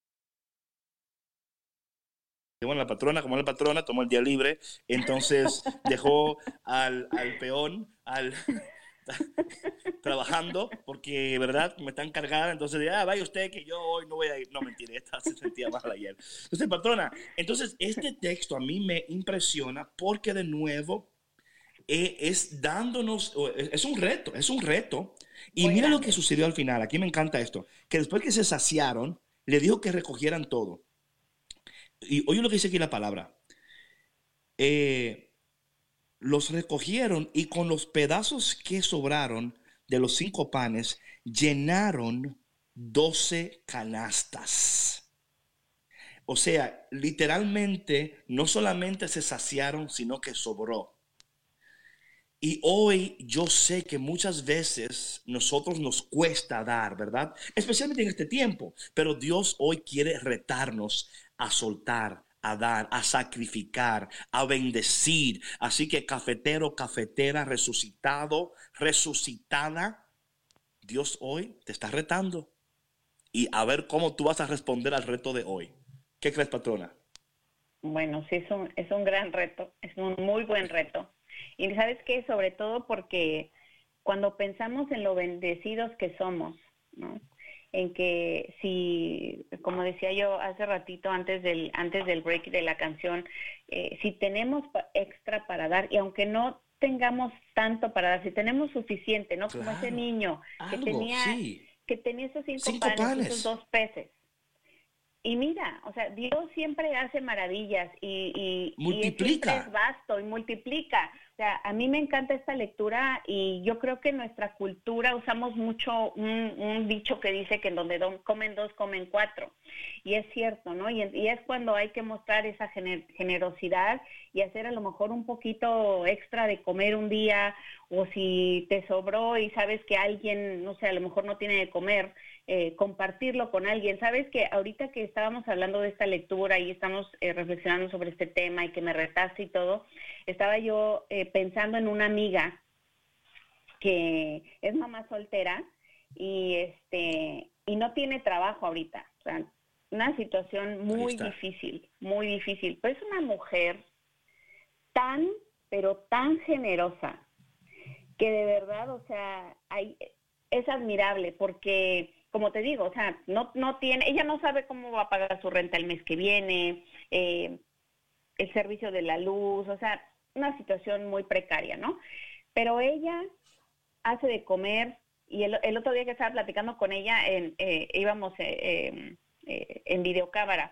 bueno, la patrona, como es la patrona, tomó el día libre, entonces dejó al, al peón, al... trabajando, porque, ¿verdad? Me están cargada, entonces, ah, vaya usted que yo hoy no voy a ir. No, mentira, esta se sentía mal ayer. Entonces, patrona, entonces, este texto a mí me impresiona porque, de nuevo, eh, es dándonos, es un reto, es un reto. Y Muy mira grande. lo que sucedió al final, aquí me encanta esto, que después que se saciaron, le dijo que recogieran todo. Y oye lo que dice aquí la palabra. Eh... Los recogieron y con los pedazos que sobraron de los cinco panes, llenaron doce canastas. O sea, literalmente, no solamente se saciaron, sino que sobró. Y hoy yo sé que muchas veces nosotros nos cuesta dar, ¿verdad? Especialmente en este tiempo. Pero Dios hoy quiere retarnos a soltar, a dar, a sacrificar, a bendecir. Así que cafetero, cafetera, resucitado, resucitada, Dios hoy te está retando. Y a ver cómo tú vas a responder al reto de hoy. ¿Qué crees, patrona? Bueno, sí, es un, es un gran reto, es un muy buen reto. Y ¿sabes qué? Sobre todo porque cuando pensamos en lo bendecidos que somos, ¿no? En que si, como decía yo hace ratito antes del antes del break de la canción, eh, si tenemos pa- extra para dar, y aunque no tengamos tanto para dar, si tenemos suficiente, ¿no? Como Claro, ese niño que algo, tenía, sí. que tenía esos cinco, Cinco panes, panes. esos dos peces. Y mira, o sea, Dios siempre hace maravillas y, y, Multiplica. y siempre es vasto y multiplica. O sea, a mí me encanta esta lectura y yo creo que en nuestra cultura usamos mucho un, un dicho que dice que en donde don, comen dos, comen cuatro. Y es cierto, ¿no? Y, y es cuando hay que mostrar esa gener, generosidad y hacer a lo mejor un poquito extra de comer un día, o si te sobró y sabes que alguien, no sé, a lo mejor no tiene de comer, eh, compartirlo con alguien. Sabes que ahorita que estábamos hablando de esta lectura y estamos eh, reflexionando sobre este tema y que me retaste y todo, estaba yo eh, pensando en una amiga que es mamá soltera y este y no tiene trabajo ahorita. O sea, una situación muy está. difícil, muy difícil. Pero es una mujer tan, pero tan generosa que de verdad, o sea, hay, es admirable porque, como te digo, o sea, no, no tiene, ella no sabe cómo va a pagar su renta el mes que viene, eh, el servicio de la luz, o sea, una situación muy precaria, ¿no? Pero ella hace de comer, y el, el otro día que estaba platicando con ella, en, eh, íbamos eh, eh, en videocámara,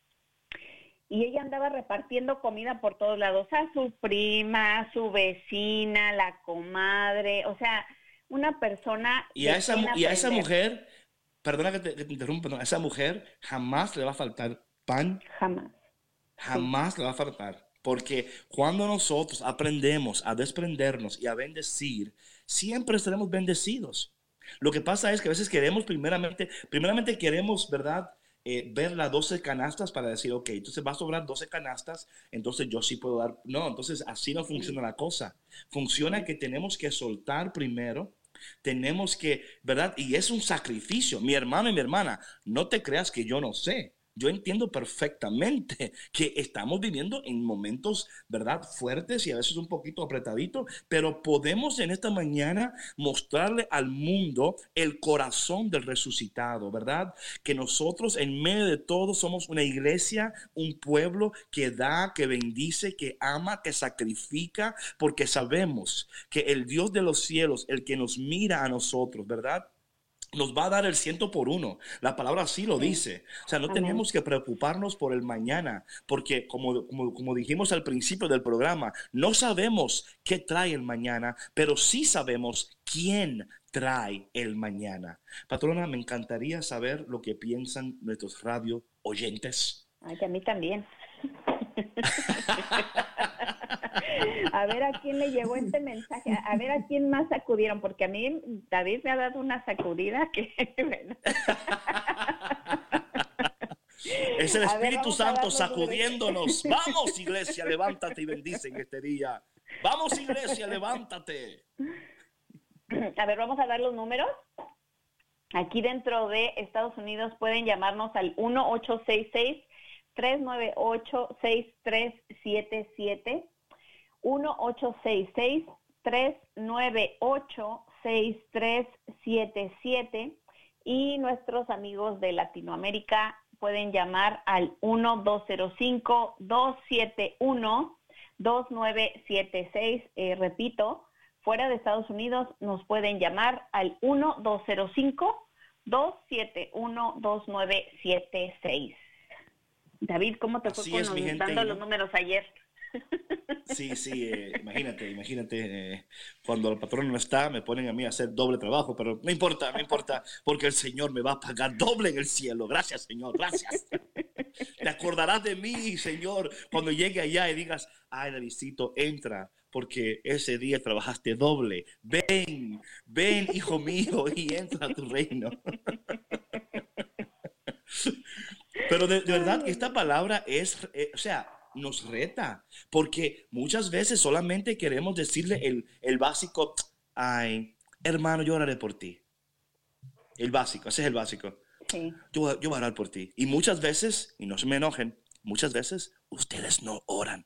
y ella andaba repartiendo comida por todos lados, a su prima, a su vecina, la comadre, o sea, una persona... Y a de esa, quien y a esa aprender. mujer, perdona que te, que te interrumpa, no, a esa mujer jamás le va a faltar pan, Jamás. jamás le va a faltar. Porque cuando nosotros aprendemos a desprendernos y a bendecir, siempre seremos bendecidos. Lo que pasa es que a veces queremos primeramente, primeramente queremos, ¿verdad? Eh, ver las doce canastas para decir, ok, entonces va a sobrar doce canastas, entonces yo sí puedo dar. No, entonces así no funciona la cosa. Funciona que tenemos que soltar primero, tenemos que, ¿verdad? Y es un sacrificio. Mi hermano y mi hermana, no te creas que yo no sé. Yo entiendo perfectamente que estamos viviendo en momentos, ¿verdad?, fuertes y a veces un poquito apretaditos, pero podemos en esta mañana mostrarle al mundo el corazón del resucitado, ¿verdad? Que nosotros en medio de todo somos una iglesia, un pueblo que da, que bendice, que ama, que sacrifica, porque sabemos que el Dios de los cielos, el que nos mira a nosotros, ¿verdad?, nos va a dar el ciento por uno. La palabra así lo dice. O sea, no Amén. tenemos que preocuparnos por el mañana, porque como, como, como dijimos al principio del programa, no sabemos qué trae el mañana, pero sí sabemos quién trae el mañana. Patrona, me encantaría saber lo que piensan nuestros radio oyentes. Ay, que a mí también. A ver a quién le llegó este mensaje, a ver a quién más sacudieron, porque a mí David me ha dado una sacudida que... Bueno. Es el A ver, Espíritu vamos a Santo dar los sacudiéndonos. Vamos, iglesia, levántate y bendice en este día. Vamos, iglesia, levántate. A ver, vamos a dar los números. Aquí dentro de Estados Unidos pueden llamarnos al uno ocho seis seis, tres nueve ocho, seis tres siete siete, uno ocho seis seis, tres nueve ocho, seis tres siete siete, y nuestros amigos de Latinoamérica pueden llamar al uno dos cero cinco, dos siete uno, dos nueve siete seis. Eh, repito, fuera de Estados Unidos nos pueden llamar al uno dos cero cinco, dos siete uno, dos nueve siete seis. David, ¿cómo te Así fue es, con mi los, gente, dando y los no- números ayer? Sí, sí, eh, imagínate, imagínate, eh, cuando el patrón no está, me ponen a mí a hacer doble trabajo, pero no importa, no importa, porque el Señor me va a pagar doble en el cielo. Gracias, Señor, gracias. Te acordarás de mí, Señor, cuando llegue allá y digas, ay, Davidcito, entra, porque ese día trabajaste doble. Ven, ven, hijo mío, y entra a tu reino. Pero de, de verdad que esta palabra es, eh, o sea, nos reta, porque muchas veces solamente queremos decirle el, el básico, ay, hermano, yo oraré por ti. El básico, ese es el básico. Sí. Yo, yo voy a orar por ti. Y muchas veces, y no se me enojen, muchas veces ustedes no oran.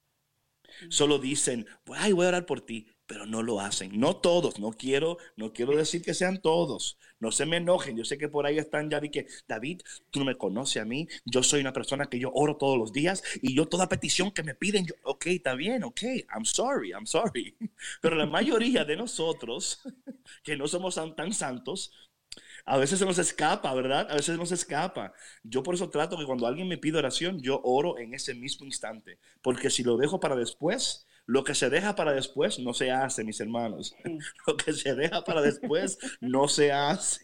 Solo dicen, ay, voy a orar por ti, pero no lo hacen. No todos, no quiero, no quiero decir que sean todos. No se me enojen. Yo sé que por ahí están ya de que, David, tú no me conoces a mí. Yo soy una persona que yo oro todos los días y yo toda petición que me piden, yo, ok, está bien, ok, I'm sorry, I'm sorry. Pero la mayoría de nosotros, que no somos tan, tan santos, a veces se nos escapa, ¿verdad? A veces nos escapa. Yo por eso trato que cuando alguien me pide oración, yo oro en ese mismo instante. Porque si lo dejo para después, lo que se deja para después no se hace, mis hermanos. Sí. Lo que se deja para después no se hace.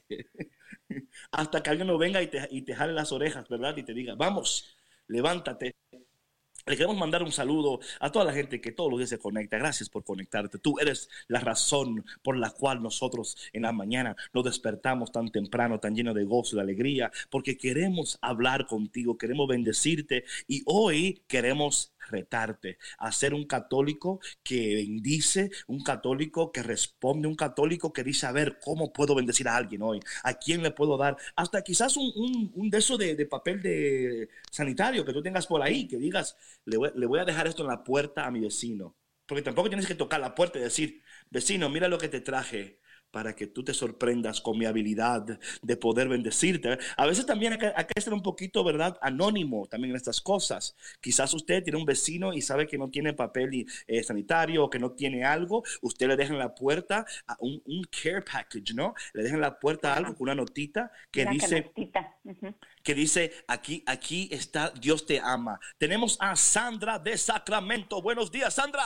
Hasta que alguien no venga y te, y te jale las orejas, ¿verdad? Y te diga, vamos, levántate. Le queremos mandar un saludo a toda la gente que todos los días se conecta. Gracias por conectarte. Tú eres la razón por la cual nosotros en la mañana nos despertamos tan temprano, tan lleno de gozo y de alegría, porque queremos hablar contigo, queremos bendecirte y hoy queremos retarte a ser un católico que bendice, un católico que responde, un católico que dice, a ver, ¿cómo puedo bendecir a alguien hoy? ¿A quién le puedo dar? Hasta quizás un, un, un de eso de, de papel de sanitario que tú tengas por ahí, que digas, le voy, le voy a dejar esto en la puerta a mi vecino. Porque tampoco tienes que tocar la puerta y decir, vecino, mira lo que te traje, para que tú te sorprendas con mi habilidad de poder bendecirte. A veces también hay que, hay que ser un poquito, ¿verdad?, anónimo también en estas cosas. Quizás usted tiene un vecino y sabe que no tiene papel eh, sanitario o que no tiene algo, usted le deja en la puerta a un, un care package, ¿no? Le deja en la puerta algo con una notita que Una dice... canastita. Ujú. que dice, aquí, aquí está, Dios te ama. Tenemos a Sandra de Sacramento. Buenos días, Sandra.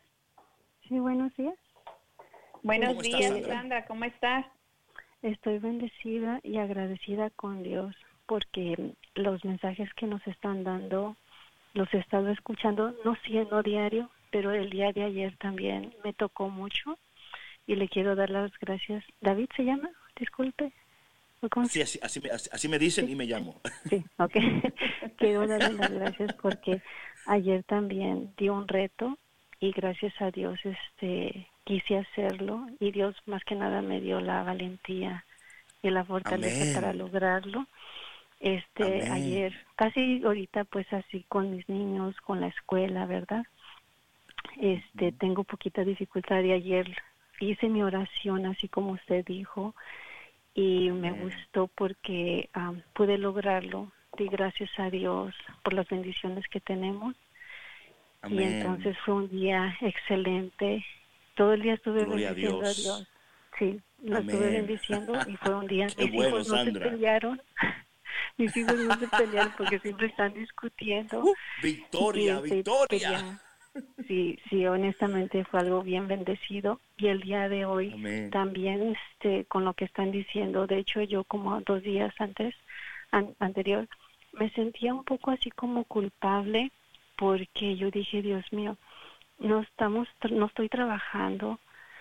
Sí, buenos días. Buenos ¿Cómo estás, días, Sandra? Sandra, ¿cómo estás? Estoy bendecida y agradecida con Dios porque los mensajes que nos están dando los he estado escuchando, no siendo diario, pero el día de ayer también me tocó mucho y le quiero dar las gracias. ¿David se llama? Disculpe. ¿O cómo Sí, así, así, me- así, así me dicen y me llamo. Sí, ok. Quiero darle las gracias porque ayer también di un reto y gracias a Dios este quise hacerlo y Dios más que nada me dio la valentía y la fortaleza Amén. para lograrlo. Este Amén. ayer, casi ahorita pues así con mis niños, con la escuela, ¿verdad? Este, tengo poquita dificultad y ayer hice mi oración así como usted dijo y me Amén. gustó porque um, pude lograrlo. Di gracias a Dios por las bendiciones que tenemos. Amén. Y entonces fue un día excelente. Todo el día estuve Gloria a bendiciendo a Dios. Dios. Sí, lo estuve Amén. bendiciendo y fue un día. Qué Mis bueno, hijos no Sandra. se pelearon. Mis hijos no se pelearon porque siempre están discutiendo. Uh, victoria, Y, este, victoria. quería- Sí, sí, honestamente fue algo bien bendecido y el día de hoy Amén. también este con lo que están diciendo, de hecho yo como dos días antes an- anterior me sentía un poco así como culpable porque yo dije, Dios mío, no estamos tra- no estoy trabajando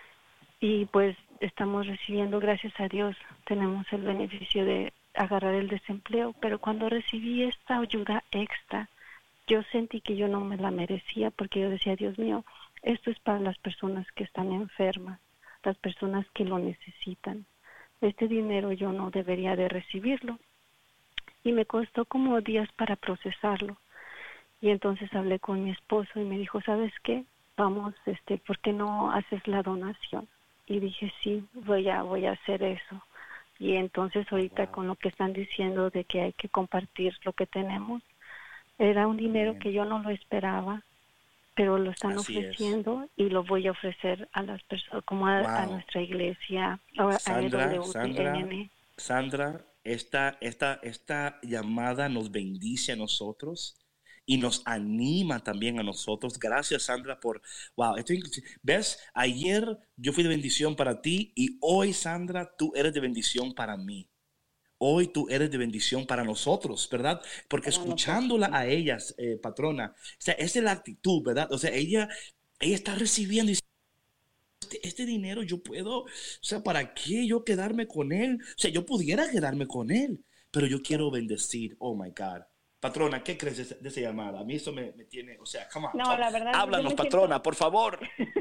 y pues estamos recibiendo, gracias a Dios, tenemos el beneficio de agarrar el desempleo, pero cuando recibí esta ayuda extra yo sentí que yo no me la merecía porque yo decía, Dios mío, esto es para las personas que están enfermas, las personas que lo necesitan. Este dinero yo no debería de recibirlo. y me costó como días para procesarlo. Y entonces hablé con mi esposo y me dijo, ¿sabes qué? Vamos, este, ¿por qué no haces la donación? Y dije, sí, voy a, voy a hacer eso. Y entonces ahorita wow. con lo que están diciendo de que hay que compartir lo que tenemos, era un dinero que yo no lo esperaba, pero lo están Así ofreciendo es. Y lo voy a ofrecer a las personas, como a, wow. a nuestra iglesia, a, Sandra, a Sandra, Sandra, esta, esta, esta llamada nos bendice a nosotros y nos anima también a nosotros. Gracias, Sandra, por, wow, esto, ves, ayer yo fui de bendición para ti y hoy, Sandra, tú eres de bendición para mí. Hoy tú eres de bendición para nosotros, ¿verdad? Porque para escuchándola nosotros. A ellas, eh, patrona, o sea, esa es la actitud, ¿verdad? O sea, ella, ella está recibiendo y este, este dinero yo puedo, o sea, ¿para qué yo quedarme con él? O sea, yo pudiera quedarme con él, pero yo quiero bendecir. Oh, my God. Patrona, ¿qué crees de esa, de esa llamada? A mí eso me, me tiene, o sea, come on. No, la verdad, háblanos, patrona, siento... por favor.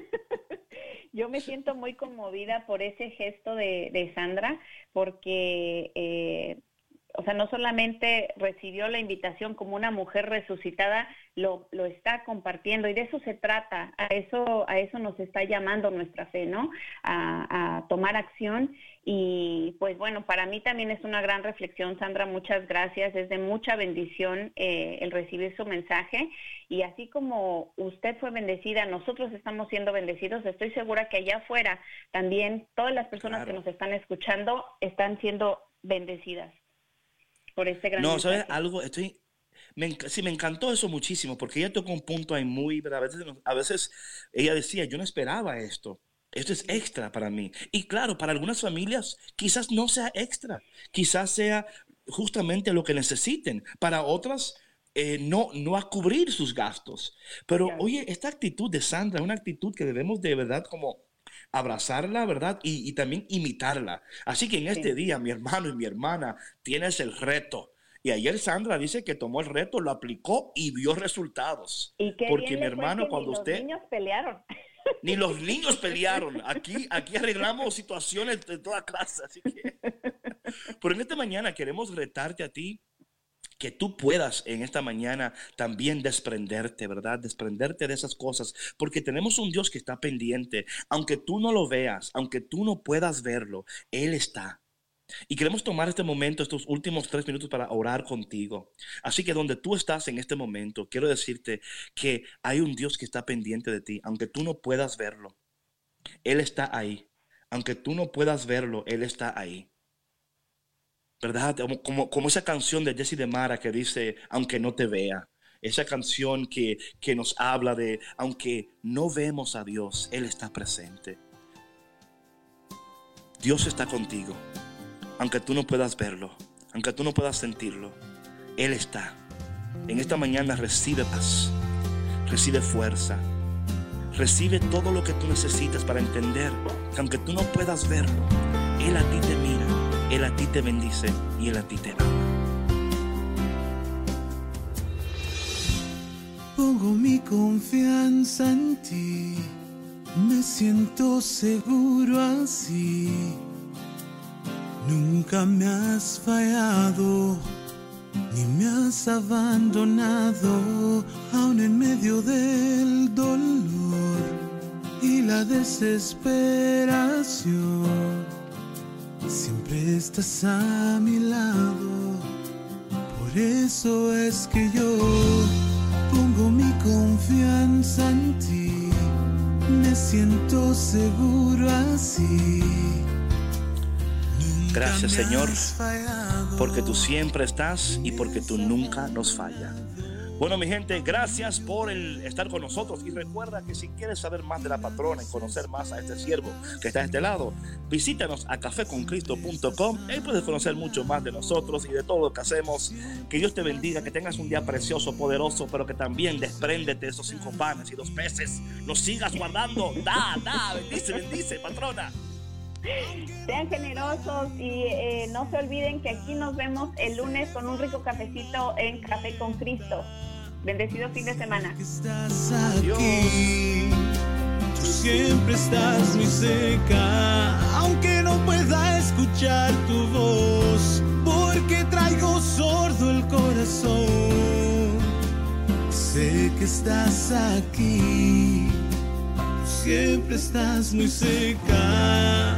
Yo me siento muy conmovida por ese gesto de, de Sandra, porque, eh, o sea, no solamente recibió la invitación como una mujer resucitada, lo, lo está compartiendo, y de eso se trata, a eso, a eso nos está llamando nuestra fe, ¿no? A, a tomar acción, y pues bueno, para mí también es una gran reflexión, Sandra, muchas gracias, es de mucha bendición eh, el recibir su mensaje, y así como usted fue bendecida, nosotros estamos siendo bendecidos, estoy segura que allá afuera también todas las personas claro. que nos están escuchando están siendo bendecidas por este gran No, mensaje. ¿sabes algo? Estoy... Me, sí, me encantó eso muchísimo, porque ella tocó un punto ahí muy, a veces, a veces ella decía, yo no esperaba esto, esto es extra para mí. Y claro, para algunas familias quizás no sea extra, quizás sea justamente lo que necesiten. Para otras, eh, no, no a cubrir sus gastos. Pero yeah. oye, esta actitud de Sandra es una actitud que debemos de verdad como abrazarla, ¿verdad? Y, y también imitarla. Así que en este sí. día, mi hermano y mi hermana, tienes el reto. Y ayer Sandra dice que tomó el reto, lo aplicó y vio resultados. ¿Y qué Porque mi hermano, cuando ni usted... Los niños pelearon. Ni los niños pelearon. Aquí, aquí arreglamos situaciones de toda clase. Así que... Pero en esta mañana queremos retarte a ti, que tú puedas en esta mañana también desprenderte, ¿verdad? Desprenderte de esas cosas, porque tenemos un Dios que está pendiente. Aunque tú no lo veas, aunque tú no puedas verlo, Él está. Y queremos tomar este momento, estos últimos tres minutos para orar contigo. Así que donde tú estás en este momento, quiero decirte que hay un Dios que está pendiente de ti, aunque tú no puedas verlo. Él está ahí. Aunque tú no puedas verlo, Él está ahí. ¿Verdad? Como, como, como esa canción de Jesse DeMara que dice, aunque no te vea. Esa canción que, que nos habla de, aunque no vemos a Dios, Él está presente. Dios está contigo. Aunque tú no puedas verlo, aunque tú no puedas sentirlo, Él está. En esta mañana recibe paz, recibe fuerza, recibe todo lo que tú necesitas para entender que aunque tú no puedas verlo, Él a ti te mira, Él a ti te bendice y Él a ti te ama. Pongo mi confianza en ti, me siento seguro así. Nunca me has fallado, ni me has abandonado, aun en medio del dolor y la desesperación. Siempre estás a mi lado, por eso es que yo pongo mi confianza en ti, me siento seguro así. Gracias, Señor, porque tú siempre estás y porque tú nunca nos fallas. Bueno, mi gente, gracias por el estar con nosotros. Y recuerda que si quieres saber más de la patrona y conocer más a este siervo que está a este lado, visítanos a café con cristo punto com. Ahí puedes conocer mucho más de nosotros y de todo lo que hacemos. Que Dios te bendiga, que tengas un día precioso, poderoso, pero que también despréndete de esos cinco panes y dos peces. Los sigas guardando. Da, da, bendice, bendice, patrona. Sean generosos y eh, no se olviden que aquí nos vemos el lunes con un rico cafecito en Café con Cristo. Bendecido fin de semana. Estás aquí, tú siempre estás muy cerca, aunque no pueda escuchar tu voz, porque aunque traigo sordo el corazón, sé que estás aquí, siempre estás muy cerca.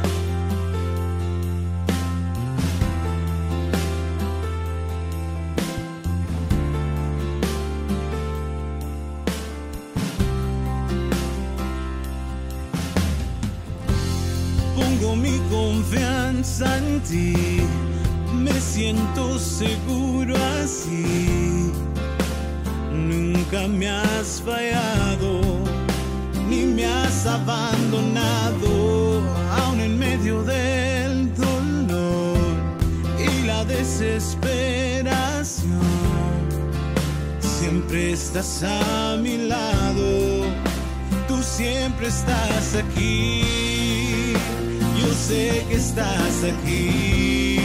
Pongo mi confianza en ti, me siento seguro así. Nunca me has fallado, ni me has abandonado, aun en medio del dolor y la desesperación. Siempre estás a mi lado, tú siempre estás aquí, yo sé que estás aquí.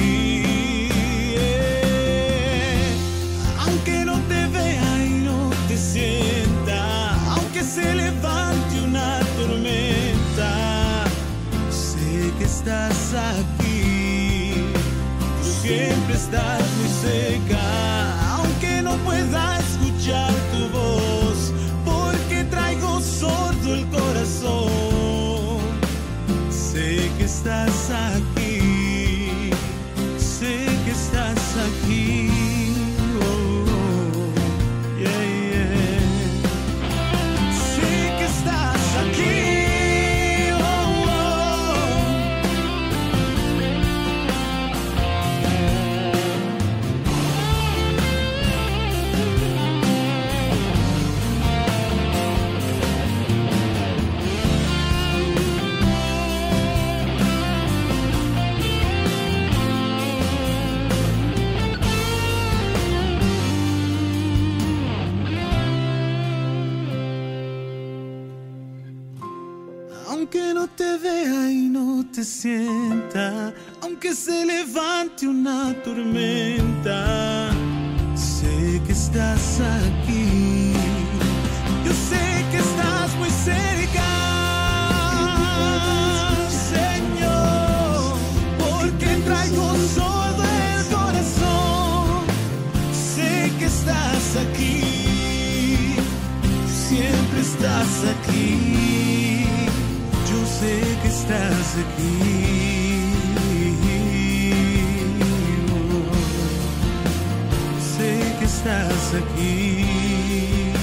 Aunque no te vea y no te sienta, aunque se levante una tormenta, sé que estás aquí, tú siempre estás muy cerca. Aunque no pueda escuchar tu voz, porque traigo sordo el corazón, sé que estás aquí, sé que estás aquí. Aunque no te vea y no te sienta, aunque se levante una tormenta, sé que estás aquí, yo sé que estás muy cerca, Señor, porque traigo sordo el corazón, sé que estás aquí, siempre estás aquí. Sé que estás aquí, oh, sé que estás aquí.